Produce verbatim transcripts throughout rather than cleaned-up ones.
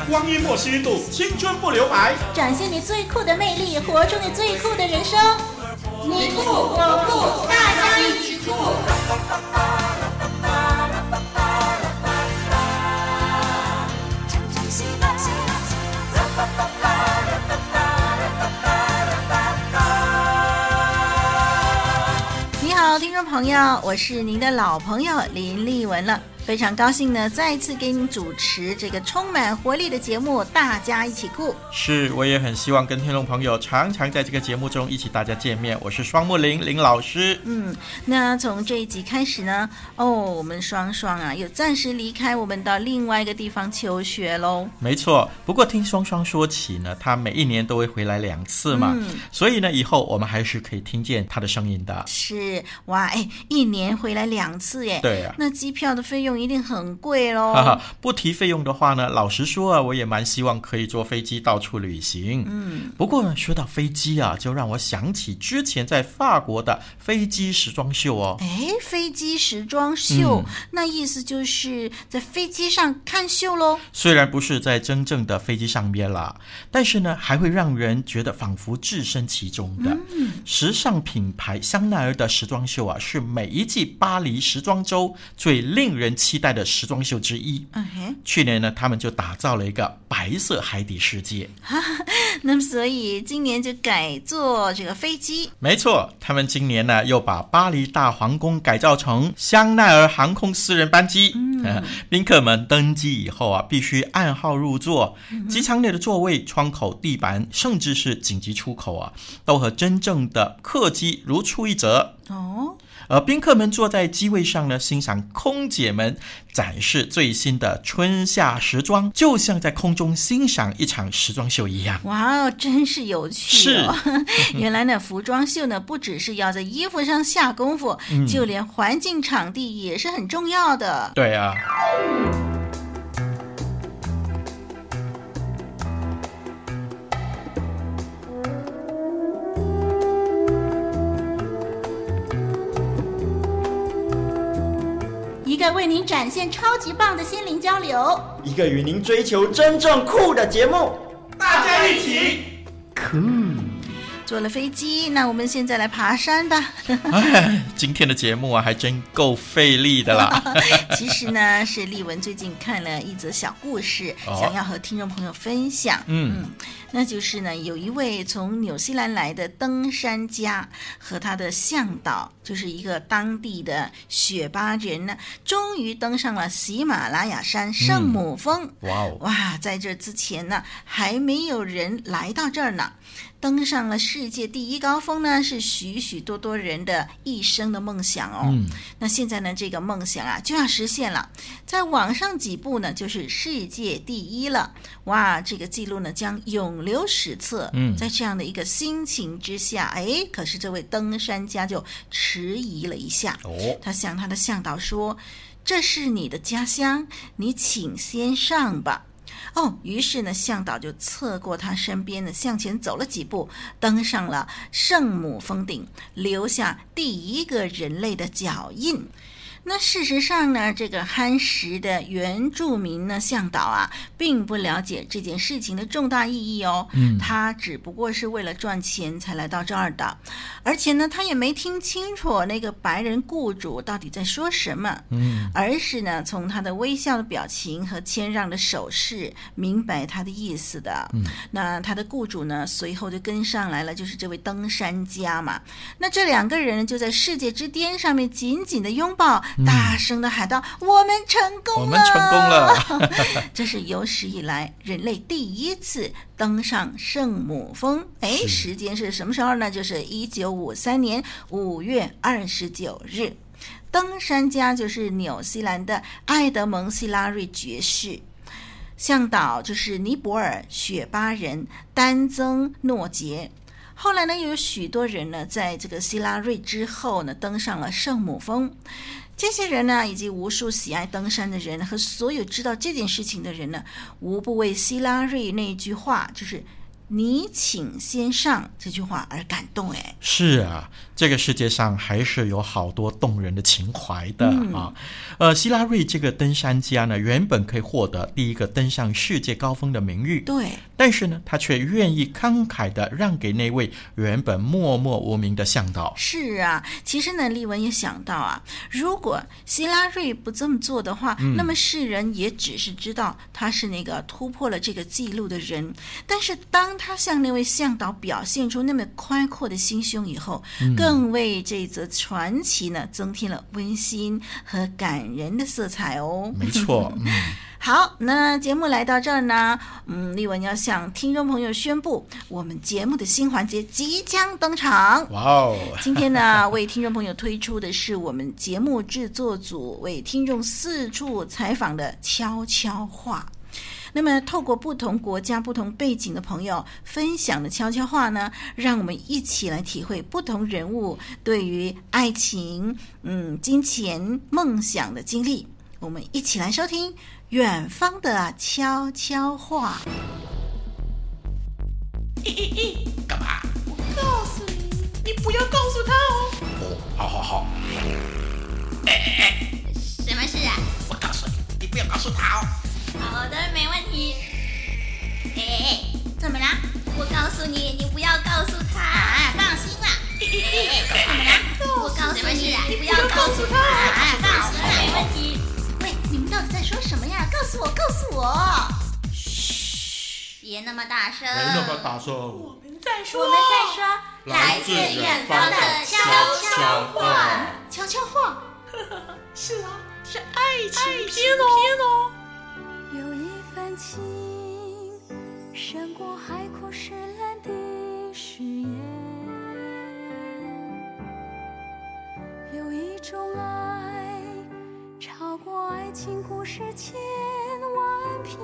光阴莫虚度，青春不留白， 展现你最酷的魅力，活出你最酷的人生。你酷我酷，大家一起酷。你好，听众朋友，我是您的老朋友林丽文了。非常高兴呢，再一次给您主持这个充满活力的节目，大家一起酷。 是，我也很希望跟听众朋友常常在这个节目中一起大家见面。我是双木林林老师。 嗯，那从这一集开始呢，哦，我们双双啊，又暂时离开我们到另外一个地方求学喽。 没错，不过听双双说起呢，他每一年都会回来两次嘛，嗯、所以呢，以后我们还是可以听见他的声音的。 是，哇，哎，一年回来两次耶。 对啊， 那机票的费用一定很贵咯。 哈哈，不提费用的话呢，老实说啊，我也蛮希望可以坐飞机到处旅行。嗯，不过呢，说到飞机啊，就让我想起之前在法国的飞机时装秀哦。 哎，飞机时装秀、嗯、那意思就是在飞机上看秀咯。 虽然不是在真正的飞机上面啦，但是呢，还会让人觉得仿佛置身其中的。嗯，时尚品牌香奈儿的时装秀啊，是每一季巴黎时装周最令人期待的时装秀之一。Uh-huh. 去年呢，他们就打造了一个白色海底世界。 那么所以今年就改做这个飞机。 没错，他们今年呢又把巴黎大皇宫改造成香奈儿航空私人班机。嗯呃、宾客们登机以后啊，必须按号入座。嗯、机舱内的座位、窗口、地板，甚至是紧急出口啊，都和真正的客机如出一辙。哦。而宾客们坐在机位上呢，欣赏空姐们展示最新的春夏时装，就像在空中欣赏一场时装秀一样。 哇，真是有趣哦！是原来呢，服装秀呢不只是要在衣服上下功夫，嗯、就连环境场地也是很重要的。 对啊。 一个为您展现超级棒的心灵交流， 一个与您追求真正酷的节目， 大家一起酷。坐了飞机，那我们现在来爬山吧。 哎，今天的节目啊，还真够费力的啦。 其实呢，是丽文最近看了一则小故事，哦、想要和听众朋友分享。嗯。嗯那就是呢，有一位从纽西兰来的登山家和他的向导，就是一个当地的雪巴人呢，终于登上了喜马拉雅山圣母峰。嗯、哇哦！哇，在这之前呢，还没有人来到这儿呢。登上了世界第一高峰呢，是许许多多人的一生的梦想哦。嗯、那现在呢，这个梦想啊就要实现了，再往上几步呢，就是世界第一了。哇，这个记录呢将永留史册。嗯，在这样的一个心情之下，哎，可是这位登山家就迟疑了一下。哦，他向他的向导说：“这是你的家乡，你请先上吧。”哦，于是呢，向导就侧过他身边呢，向前走了几步，登上了圣母峰顶，留下第一个人类的脚印。那事实上呢，这个憨实的原住民呢向导啊，并不了解这件事情的重大意义哦。嗯，他只不过是为了赚钱才来到这儿的，而且呢，他也没听清楚那个白人雇主到底在说什么。嗯，而是呢，从他的微笑的表情和谦让的手势，明白他的意思的。嗯，那他的雇主呢，随后就跟上来了，就是这位登山家嘛。那这两个人就在世界之巅上面紧紧的拥抱。大声的喊道：“我们成功了！ 我们成功了！” 这是有史以来人类第一次登上圣母峰。哎，时间是什么时候呢？就是一九五三年五月二十九日。登山家就是纽西兰的埃德蒙·希拉瑞爵士，向导就是尼泊尔雪巴人丹增诺杰。后来呢，又有许多人呢，在这个希拉瑞之后呢，登上了圣母峰。这些人呢，以及无数喜爱登山的人和所有知道这件事情的人呢，无不为希拉瑞那句话，就是你请先上这句话而感动。哎， 是啊，这个世界上还是有好多动人的情怀的、嗯、啊。呃，希拉瑞这个登山家呢，原本可以获得第一个登上世界高峰的名誉， 对， 但是呢，他却愿意慷慨地让给那位原本默默无名的向导。 是啊，其实呢，丽文也想到啊，如果希拉瑞不这么做的话、嗯、那么世人也只是知道他是那个突破了这个记录的人，但是当他向那位向导表现出那么宽阔的心胸以后、嗯、更为这则传奇呢增添了温馨和感人的色彩哦。 没错、嗯、 好，那节目来到这儿呢，嗯，丽文要向听众朋友宣布，我们节目的新环节即将登场。 哇哦！ 今天呢，为听众朋友推出的是我们节目制作组为听众四处采访的悄悄话。那么透过不同国家不同背景的朋友分享的悄悄话呢，让我们一起来体会不同人物对于爱情、嗯、金钱、梦想的经历。我们一起来收听远方的悄悄话。 咦咦咦，干嘛？我告诉你，你不要告诉他哦。哦，好好好。哎哎哎， 什么事啊？ 我告诉你，你不要告诉他哦。 好的，没问题。哎哎，怎么啦？我告诉你，你不要告诉他。啊，放心啦。哎哎，怎么啦？我告诉你，你不要告诉他。啊，放心啦，没问题。喂，你们到底在说什么呀？告诉我，告诉我。嘘，别那么大声。 别那么大声。我们在说， 我们在说，来自远方的悄悄话。 悄悄话。 是啊，是爱情片哦。 有一份情胜过海枯石烂的誓言，有一种爱超过爱情故事千万篇。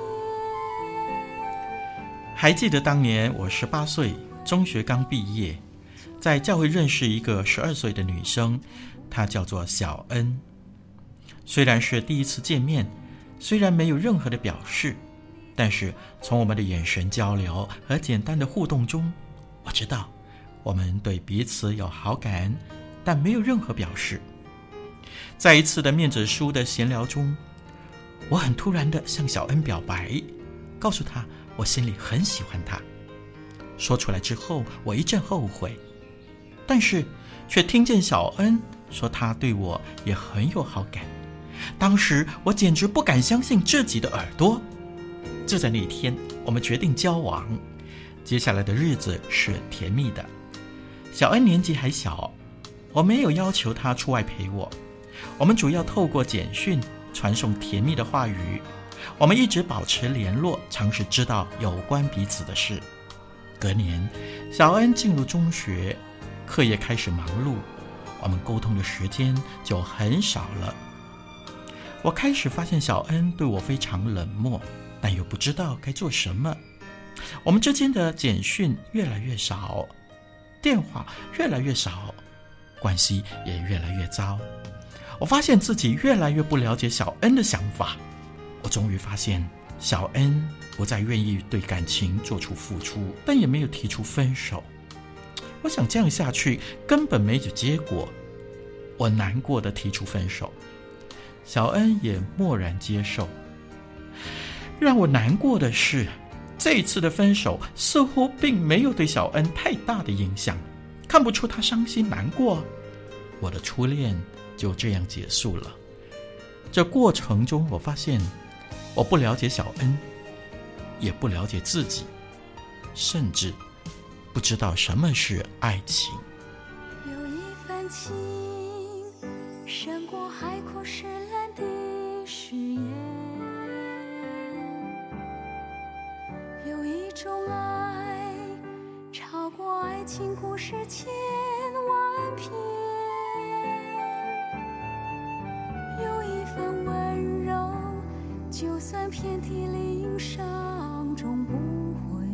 还记得当年我十八岁，中学刚毕业，在教会认识一个十二岁的女生，她叫做小恩。虽然是第一次见面，虽然没有任何的表示，但是从我们的眼神交流和简单的互动中，我知道我们对彼此有好感，但没有任何表示。在一次的面子书的闲聊中，我很突然地向小恩表白，告诉她我心里很喜欢她。说出来之后，我一阵后悔，但是却听见小恩说她对我也很有好感。当时我简直不敢相信自己的耳朵。就在那天，我们决定交往，接下来的日子是甜蜜的。小恩年纪还小，我没有要求她出外陪我，我们主要透过简讯传送甜蜜的话语。我们一直保持联络，尝试知道有关彼此的事。隔年，小恩进入中学，课业开始忙碌，我们沟通的时间就很少了。我开始发现小恩对我非常冷漠，但又不知道该做什么。我们之间的简讯越来越少，电话越来越少，关系也越来越糟。我发现自己越来越不了解小恩的想法。我终于发现小恩不再愿意对感情做出付出，但也没有提出分手。我想这样下去根本没有结果，我难过地提出分手，小恩也默然接受。让我难过的是，这一次的分手似乎并没有对小恩太大的影响，看不出她伤心难过。我的初恋就这样结束了。这过程中，我发现我不了解小恩，也不了解自己，甚至不知道什么是爱情。 有一份情胜过海枯石烂的誓言，有一种爱超过爱情故事千万篇，有一份温柔就算遍体鳞伤终不悔，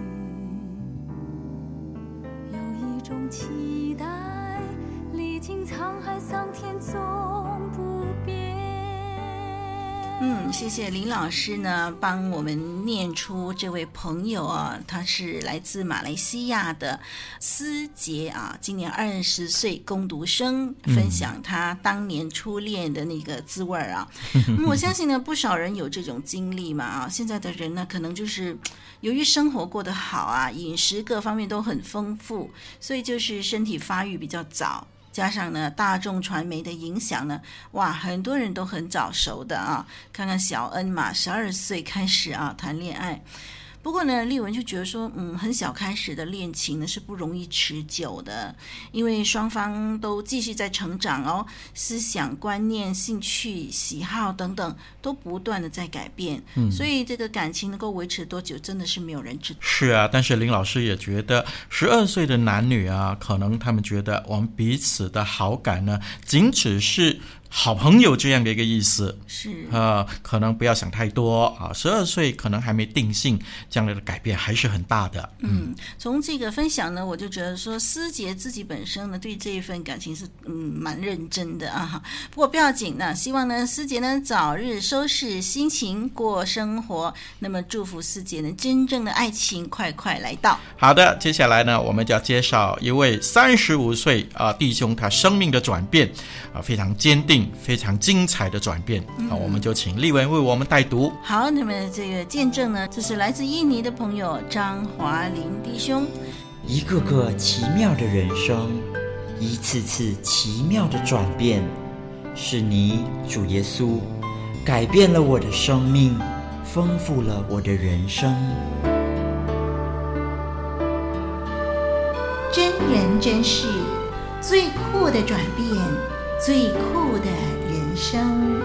有一种期待历经沧海桑田总不变。 嗯，谢谢林老师呢，帮我们念出这位朋友啊，他是来自马来西亚的思杰啊，今年二十岁，工读生，分享他当年初恋的那个滋味啊。嗯、我相信呢，不少人有这种经历嘛啊。现在的人呢，可能就是由于生活过得好啊，饮食各方面都很丰富，所以就是身体发育比较早。加上呢，大众传媒的影响呢，哇，很多人都很早熟的啊。看看小恩嘛，十二岁开始啊谈恋爱。不过呢，丽文就觉得说，嗯，很小开始的恋情呢是不容易持久的，因为双方都继续在成长哦，思想观念、兴趣、喜好等等都不断的在改变，嗯，所以这个感情能够维持多久，真的是没有人知道。 是啊，但是林老师也觉得，十二岁的男女啊，可能他们觉得我们彼此的好感呢，仅只是好朋友这样的一个意思， 是呃，可能不要想太多啊。十二岁可能还没定性，将来的改变还是很大的。 嗯，从这个分享呢，我就觉得说，思杰自己本身呢，对这一份感情是嗯蛮认真的啊。不过不要紧呢，希望呢思杰呢早日收拾心情过生活。那么祝福思杰呢真正的爱情快快来到。 好的，接下来呢，我们就要介绍一位三十五岁啊弟兄他生命的转变啊，非常坚定。非常精彩的转变，嗯、好，我们就请丽文为我们带读。 好，那么这个见证呢，这是来自印尼的朋友张华林弟兄。 一个个奇妙的人生，一次次奇妙的转变，是你主耶稣改变了我的生命，丰富了我的人生。 真人真事，最酷的转变，最酷的人生。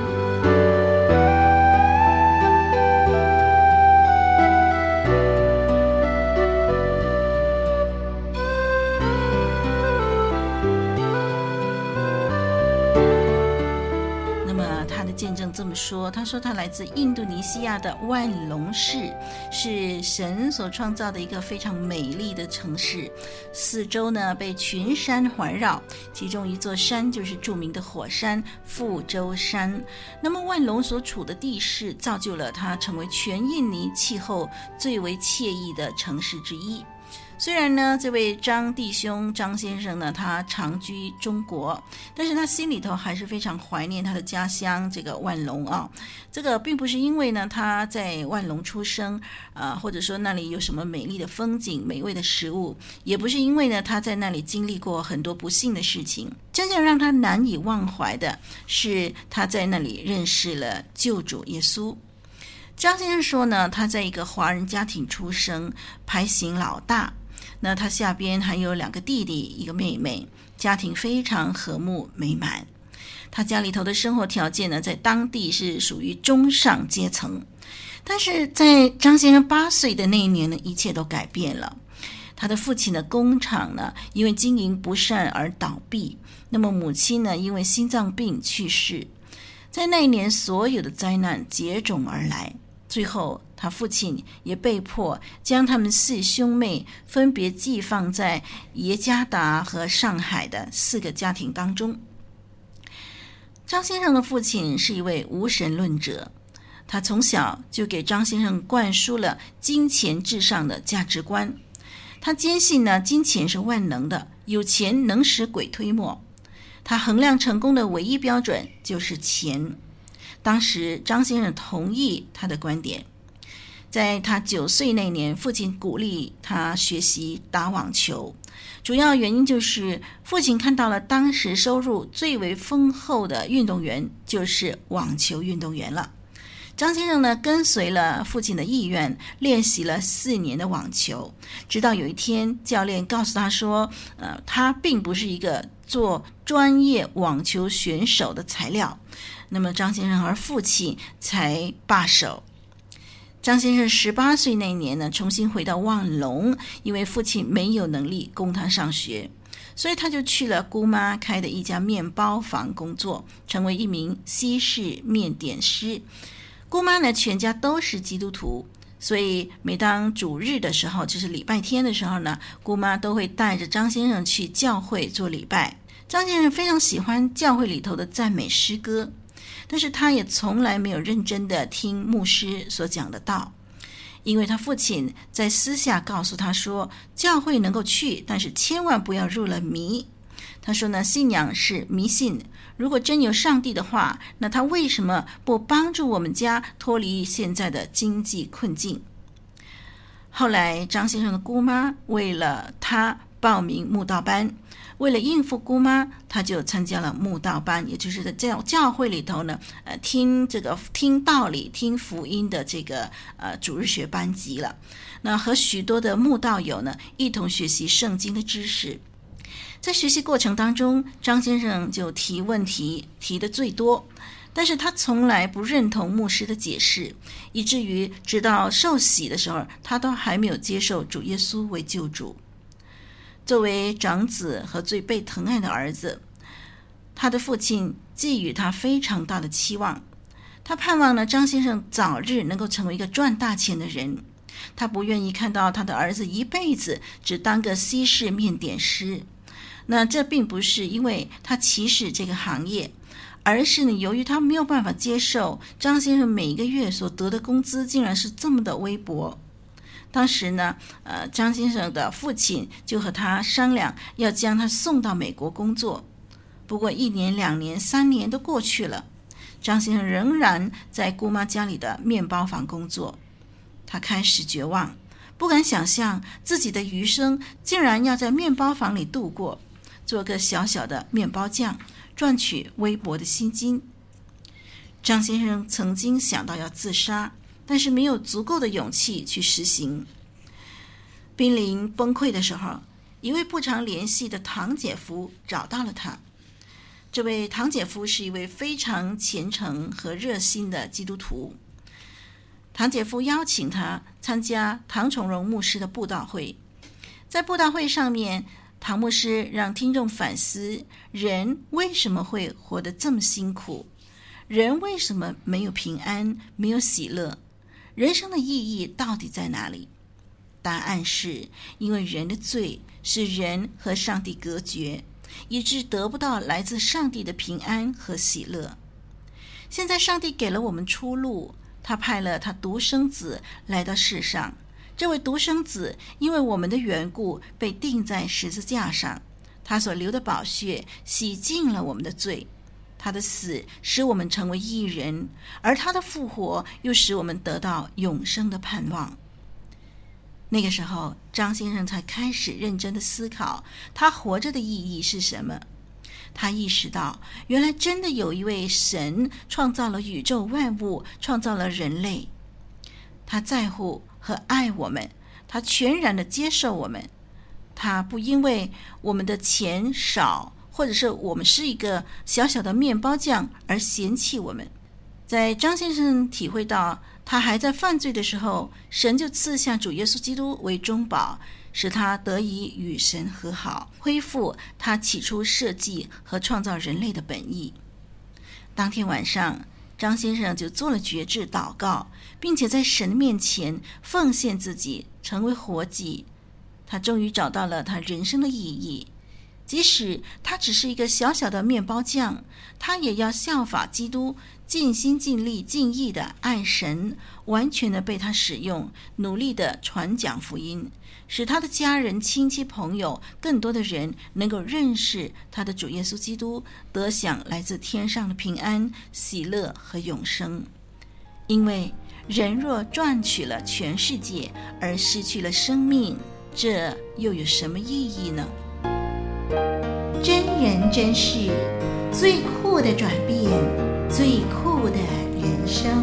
见证这么说，他说他来自印度尼西亚的万隆市，是神所创造的一个非常美丽的城市，四周呢被群山环绕，其中一座山就是著名的火山富州山。那么万隆所处的地势造就了它成为全印尼气候最为惬意的城市之一。虽然呢，这位张弟兄张先生呢，他长居中国，但是他心里头还是非常怀念他的家乡这个万隆啊。这个并不是因为呢他在万隆出生，呃，或者说那里有什么美丽的风景、美味的食物，也不是因为呢他在那里经历过很多不幸的事情。真正让他难以忘怀的是他在那里认识了救主耶稣。张先生说呢，他在一个华人家庭出生，排行老大。那他下边还有两个弟弟一个妹妹，家庭非常和睦美满。他家里头的生活条件呢，在当地是属于中上阶层。但是在张先生八岁的那一年呢，一切都改变了。他的父亲的工厂呢，因为经营不善而倒闭，那么母亲呢，因为心脏病去世。在那一年，所有的灾难接踵而来。最后他父亲也被迫将他们四兄妹分别寄放在耶加达和上海的四个家庭当中。张先生的父亲是一位无神论者，他从小就给张先生灌输了金钱至上的价值观。他坚信呢，金钱是万能的，有钱能使鬼推磨。他衡量成功的唯一标准就是钱。当时张先生同意他的观点。在他九岁那年，父亲鼓励他学习打网球，主要原因就是父亲看到了当时收入最为丰厚的运动员就是网球运动员了。张先生呢，跟随了父亲的意愿，练习了四年的网球，直到有一天教练告诉他说，呃，他并不是一个做专业网球选手的材料。那么张先生和父亲才罢手。张先生十八岁那年呢，重新回到万隆，因为父亲没有能力供他上学，所以他就去了姑妈开的一家面包房工作，成为一名西式面点师。姑妈呢，全家都是基督徒，所以每当主日的时候，就是礼拜天的时候呢，姑妈都会带着张先生去教会做礼拜。张先生非常喜欢教会里头的赞美诗歌， 但是他也从来没有认真的听牧师所讲的道，因为他父亲在私下告诉他说，教会能够去，但是千万不要入了迷。他说呢，信仰是迷信，如果真有上帝的话，那他为什么不帮助我们家脱离现在的经济困境？后来张先生的姑妈为了他报名慕道班，为了应付姑妈，他就参加了慕道班，也就是在教教会里头呢，呃，听这个听道理、听福音的这个呃主日学班级了。那和许多的慕道友呢，一同学习圣经的知识。在学习过程当中，张先生就提问题，提的最多，但是他从来不认同牧师的解释，以至于直到受洗的时候，他都还没有接受主耶稣为救主。作为长子和最被疼爱的儿子，他的父亲寄予他非常大的期望，他盼望呢张先生早日能够成为一个赚大钱的人，他不愿意看到他的儿子一辈子只当个西式面点师。那这并不是因为他歧视这个行业，而是呢由于他没有办法接受张先生每一个月所得的工资竟然是这么的微薄。当时呢，呃，张先生的父亲就和他商量，要将他送到美国工作。不过一年、两年、三年都过去了，张先生仍然在姑妈家里的面包房工作。他开始绝望，不敢想象自己的余生竟然要在面包房里度过，做个小小的面包匠，赚取微薄的薪金。张先生曾经想到要自杀，但是没有足够的勇气去实行。濒临崩溃的时候，一位不常联系的堂姐夫找到了他。这位堂姐夫是一位非常虔诚和热心的基督徒。堂姐夫邀请他参加唐崇荣牧师的布道会。在布道会上面，唐牧师让听众反思，人为什么会活得这么辛苦？人为什么没有平安，没有喜乐？人生的意义到底在哪里？答案是因为人的罪使人和上帝隔绝，以致得不到来自上帝的平安和喜乐。现在上帝给了我们出路，他派了他独生子来到世上。这位独生子因为我们的缘故被钉在十字架上，他所流的宝血洗净了我们的罪，他的死使我们成为义人，而他的复活又使我们得到永生的盼望。那个时候，张先生才开始认真的思考他活着的意义是什么。他意识到，原来真的有一位神创造了宇宙万物，创造了人类。他在乎和爱我们，他全然的接受我们，他不因为我们的钱少，或者是我们是一个小小的面包匠而嫌弃我们。在张先生体会到他还在犯罪的时候，神就赐下主耶稣基督为中保，使他得以与神和好，恢复他起初设计和创造人类的本意。当天晚上，张先生就做了决志祷告，并且在神面前奉献自己，成为活祭。他终于找到了他人生的意义。即使他只是一个小小的面包匠，他也要效法基督，尽心尽力尽意的爱神，完全的被他使用，努力的传讲福音，使他的家人、亲戚、朋友，更多的人能够认识他的主耶稣基督，得享来自天上的平安、喜乐和永生。因为人若赚取了全世界，而失去了生命，这又有什么意义呢？ 真人真事，最酷的转变，最酷的人生。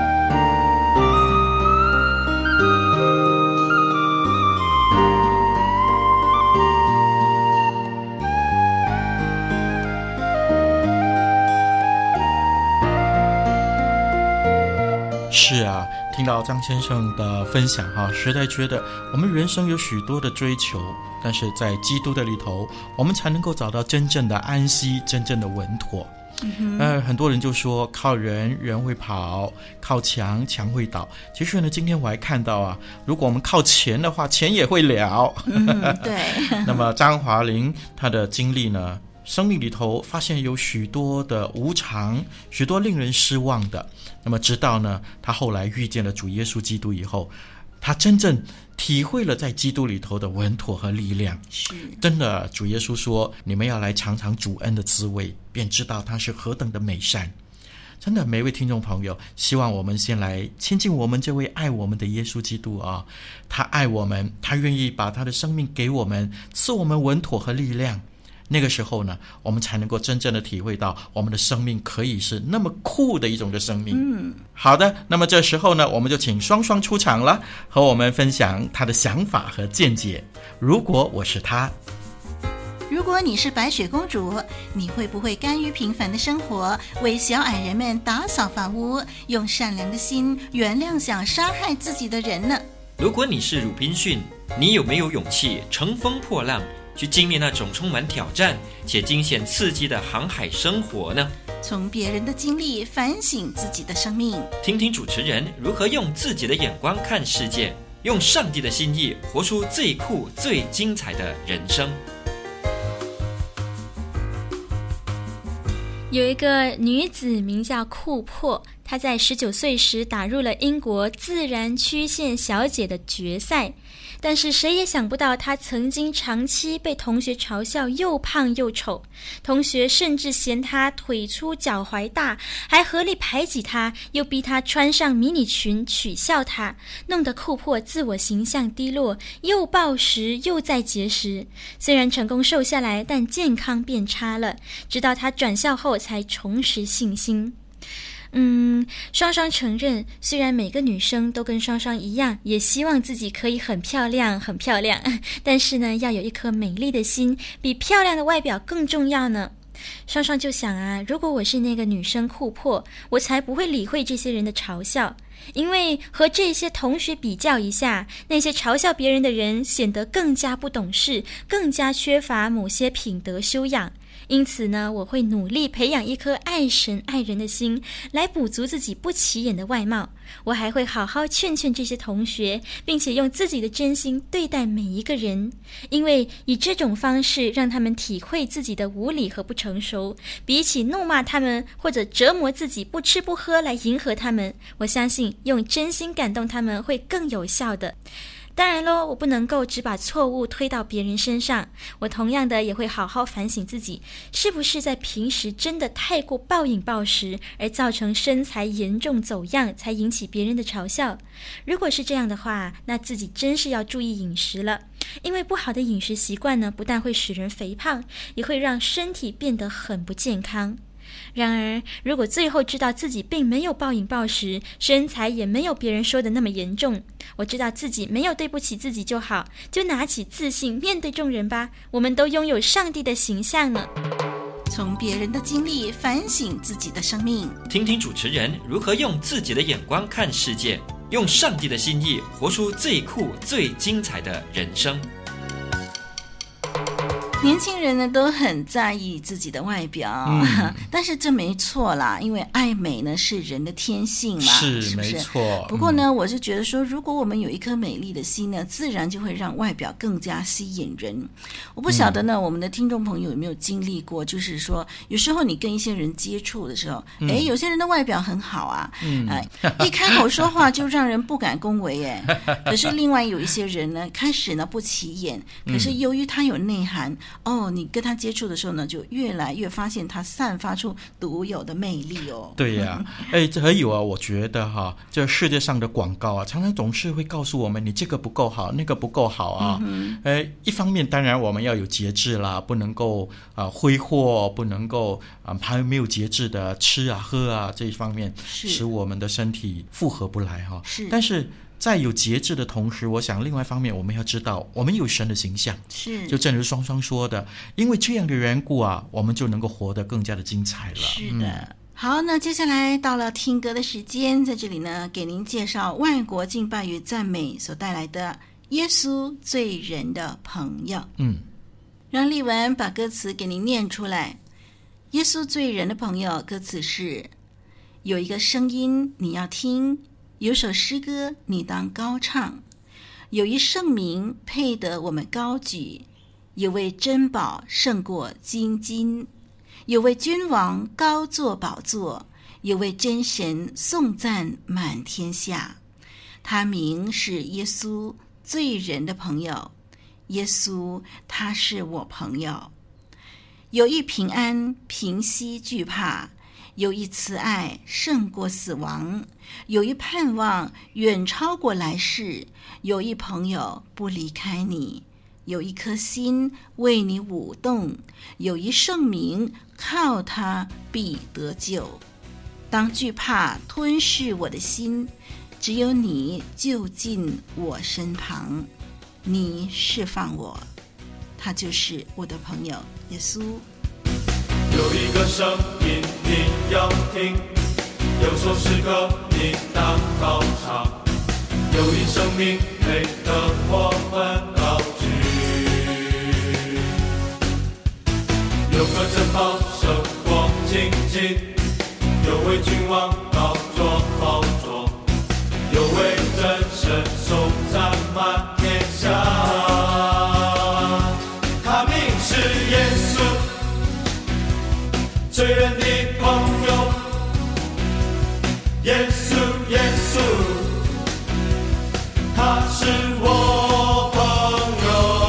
是啊，听到张先生的分享哈，实在觉得我们人生有许多的追求，但是在基督的里头，我们才能够找到真正的安息，真正的稳妥。嗯、呃，很多人就说靠人人会跑，靠墙墙会倒。其实呢，今天我还看到啊，如果我们靠钱的话，钱也会了。 嗯、对。 那么张华玲她的经历呢， 生命里头发现有许多的无常，许多令人失望的。那么直到呢，他后来遇见了主耶稣基督以后，他真正体会了在基督里头的稳妥和力量。 是真的，主耶稣说，你们要来尝尝主恩的滋味，便知道他是何等的美善。真的，每位听众朋友，希望我们先来亲近我们这位爱我们的耶稣基督啊！他爱我们，他愿意把他的生命给我们，赐我们稳妥和力量。那个时候呢，我们才能够真正的体会到我们的生命可以是那么酷的一种的生命。 嗯， 好的，那么这时候呢，我们就请双双出场了，和我们分享他的想法和见解。如果我是他， 如果你是白雪公主，你会不会甘于平凡的生活，为小矮人们打扫房屋，用善良的心原谅想杀害自己的人呢？ 如果你是鲁滨逊，你有没有勇气乘风破浪，去经历那种充满挑战且惊险刺激的航海生活呢？ 从别人的经历反省自己的生命， 听听主持人如何用自己的眼光看世界，用上帝的心意活出最酷最精彩的人生。 有一个女子名叫库珀，她在十九岁时打入了英国自然曲线小姐的决赛，但是谁也想不到她曾经长期被同学嘲笑又胖又丑，同学甚至嫌她腿粗脚踝大，还合力排挤她，又逼她穿上迷你裙取笑她，弄得库珀自我形象低落，又暴食又再节食。虽然成功瘦下来，但健康变差了，直到她转校后才重拾信心。嗯，双双承认，虽然每个女生都跟双双一样，也希望自己可以很漂亮很漂亮，但是呢，要有一颗美丽的心，比漂亮的外表更重要呢。双双就想啊，如果我是那个女生库珀，我才不会理会这些人的嘲笑，因为和这些同学比较一下，那些嘲笑别人的人显得更加不懂事，更加缺乏某些品德修养。因此呢，我会努力培养一颗爱神爱人的心，来补足自己不起眼的外貌。我还会好好劝劝这些同学，并且用自己的真心对待每一个人，因为以这种方式让他们体会自己的无理和不成熟，比起怒骂他们或者折磨自己不吃不喝来迎合他们，我相信用真心感动他们会更有效的。当然咯，我不能够只把错误推到别人身上，我同样的也会好好反省自己，是不是在平时真的太过暴饮暴食，而造成身材严重走样，才引起别人的嘲笑。如果是这样的话，那自己真是要注意饮食了，因为不好的饮食习惯呢，不但会使人肥胖，也会让身体变得很不健康。然而，如果最后知道自己并没有暴饮暴食，身材也没有别人说的那么严重，我知道自己没有对不起自己就好，就拿起自信面对众人吧。我们都拥有上帝的形象呢。 从别人的经历反省自己的生命， 听听主持人如何用自己的眼光看世界，用上帝的心意活出最酷最精彩的人生。 年轻人呢都很在意自己的外表，嗯、但是这没错啦，因为爱美呢是人的天性嘛， 是, 是不是？ 没错。 不过呢、嗯，我是觉得说，如果我们有一颗美丽的心呢，自然就会让外表更加吸引人。我不晓得呢，嗯、我们的听众朋友有没有经历过，就是说，有时候你跟一些人接触的时候，哎、嗯，有些人的外表很好啊，嗯，哎、呃，一开口说话就让人不敢恭维，哎，可是另外有一些人呢，开始呢不起眼，可是由于他有内涵。哦，你跟他接触的时候呢，就越来越发现他散发出独有的魅力哦。 对呀、啊，哎，还有啊，我觉得哈，这世界上的广告啊，常常总是会告诉我们，你这个不够好，那个不够好啊。嗯、哎，一方面当然我们要有节制啦，不能够啊、呃、挥霍，不能够啊还没有节制的吃啊喝啊，这一方面使我们的身体负荷不来哈。 是， 但是。在有节制的同时，我想另外一方面我们要知道，我们有神的形象， 是， 就正如双双说的，因为这样的缘故啊，我们就能够活得更加的精彩了。 是的。嗯，好，那接下来到了听歌的时间，在这里呢，给您介绍万国敬拜与赞美所带来的《耶稣罪人的朋友》。 嗯， 让丽文把歌词给您念出来。耶稣罪人的朋友，歌词是：有一个声音你要听，有首诗歌你当高唱，有一圣名配得我们高举， 有位珍宝胜过金金，有位君王高坐宝座，有位真神颂赞满天下。他名是耶稣，罪人的朋友。耶稣，他是我朋友。有一平安平息惧怕，有一慈爱胜过死亡，有一盼望远超过来世，有一朋友不离开你，有一颗心为你舞动，有一圣名靠他必得救。当惧怕吞噬我的心，只有你就近我身旁，你释放我，他就是我的朋友耶稣。 有一个声音你要听，有首诗歌你当高唱，有一生命配得我们高举，有个珍宝胜过金金，有位君王高坐宝座，有位真神颂赞满天下。他名是耶稣，罪人的朋友。耶稣，耶稣，他是我朋友。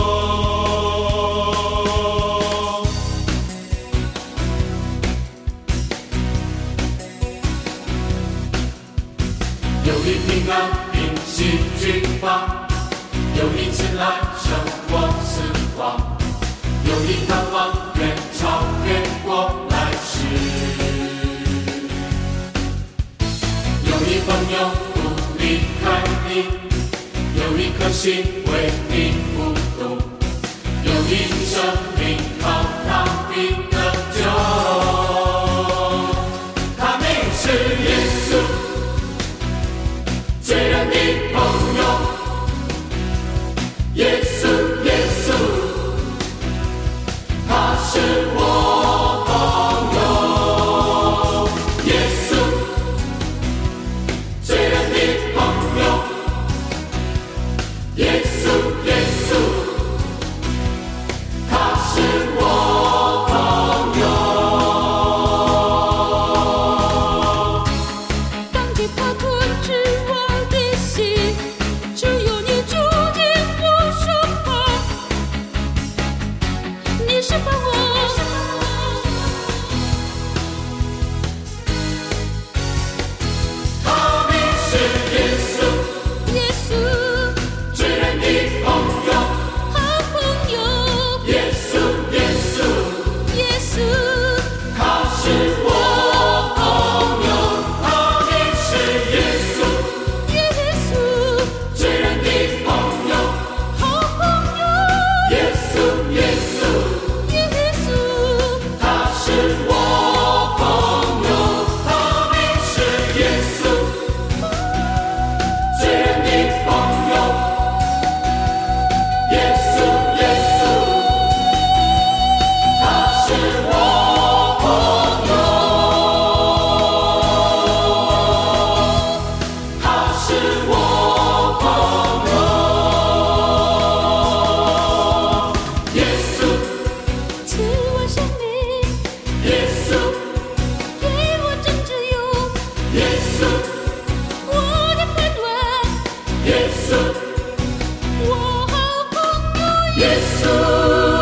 有一平安平息惧怕，有一次来胜过死亡，有一盼望远超越过来世，有一朋友不离开你，有一颗心为你孤独，有一生命靠他必得救。他名是耶稣，罪人的朋友。耶稣，耶稣，他是我朋友。耶稣，罪人的朋友。耶稣，耶稣，他是我朋友。 当惧怕吞噬我的心，只有你住进我身旁，你释放我。 他名是耶稣， 耶稣， 罪人的朋友。 好朋友。 耶稣，耶稣， 耶稣， 他是我朋友。他名是耶稣， 耶稣， 罪人的朋友。 好朋友。 耶稣，耶稣， 耶稣， 他是我朋友。他名是耶稣，罪人的朋友。耶稣，耶稣，他是我朋友。他是我朋友。耶稣， 赐我生命， 耶稣， 给我真自由， 耶稣， 我的判断， 耶稣， 我好朋友耶稣。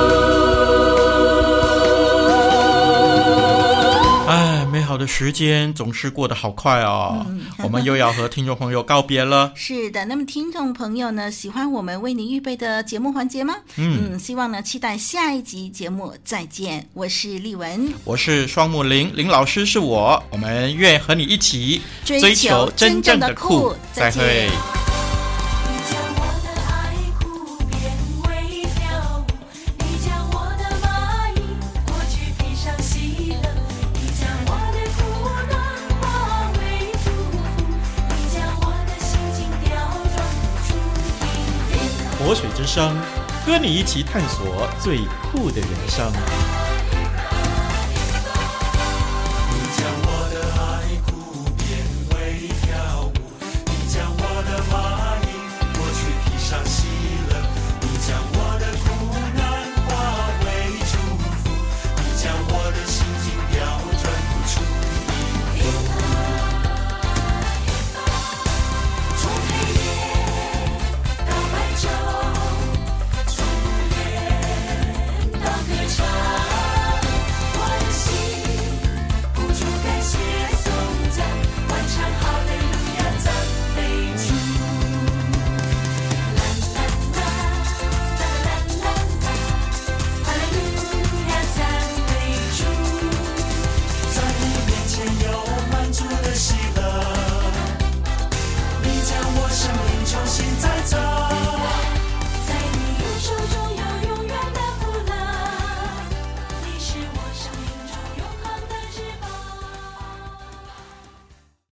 哎，美好的时间总是过得好快哦，我们又要和听众朋友告别了。 是的，那么听众朋友呢，喜欢我们为您预备的节目环节吗？嗯，希望呢，期待下一集节目再见。我是丽文， 我是双木林，林老师是我，我们愿和你一起追求真正的酷。 再会。 你将我的爱哭变为跳舞，你将我的蚂蚁过去披上喜乐，你将我的苦难化为祝福，你将我的心情调转出平静。 活水之声，和你一起探索最酷的人生。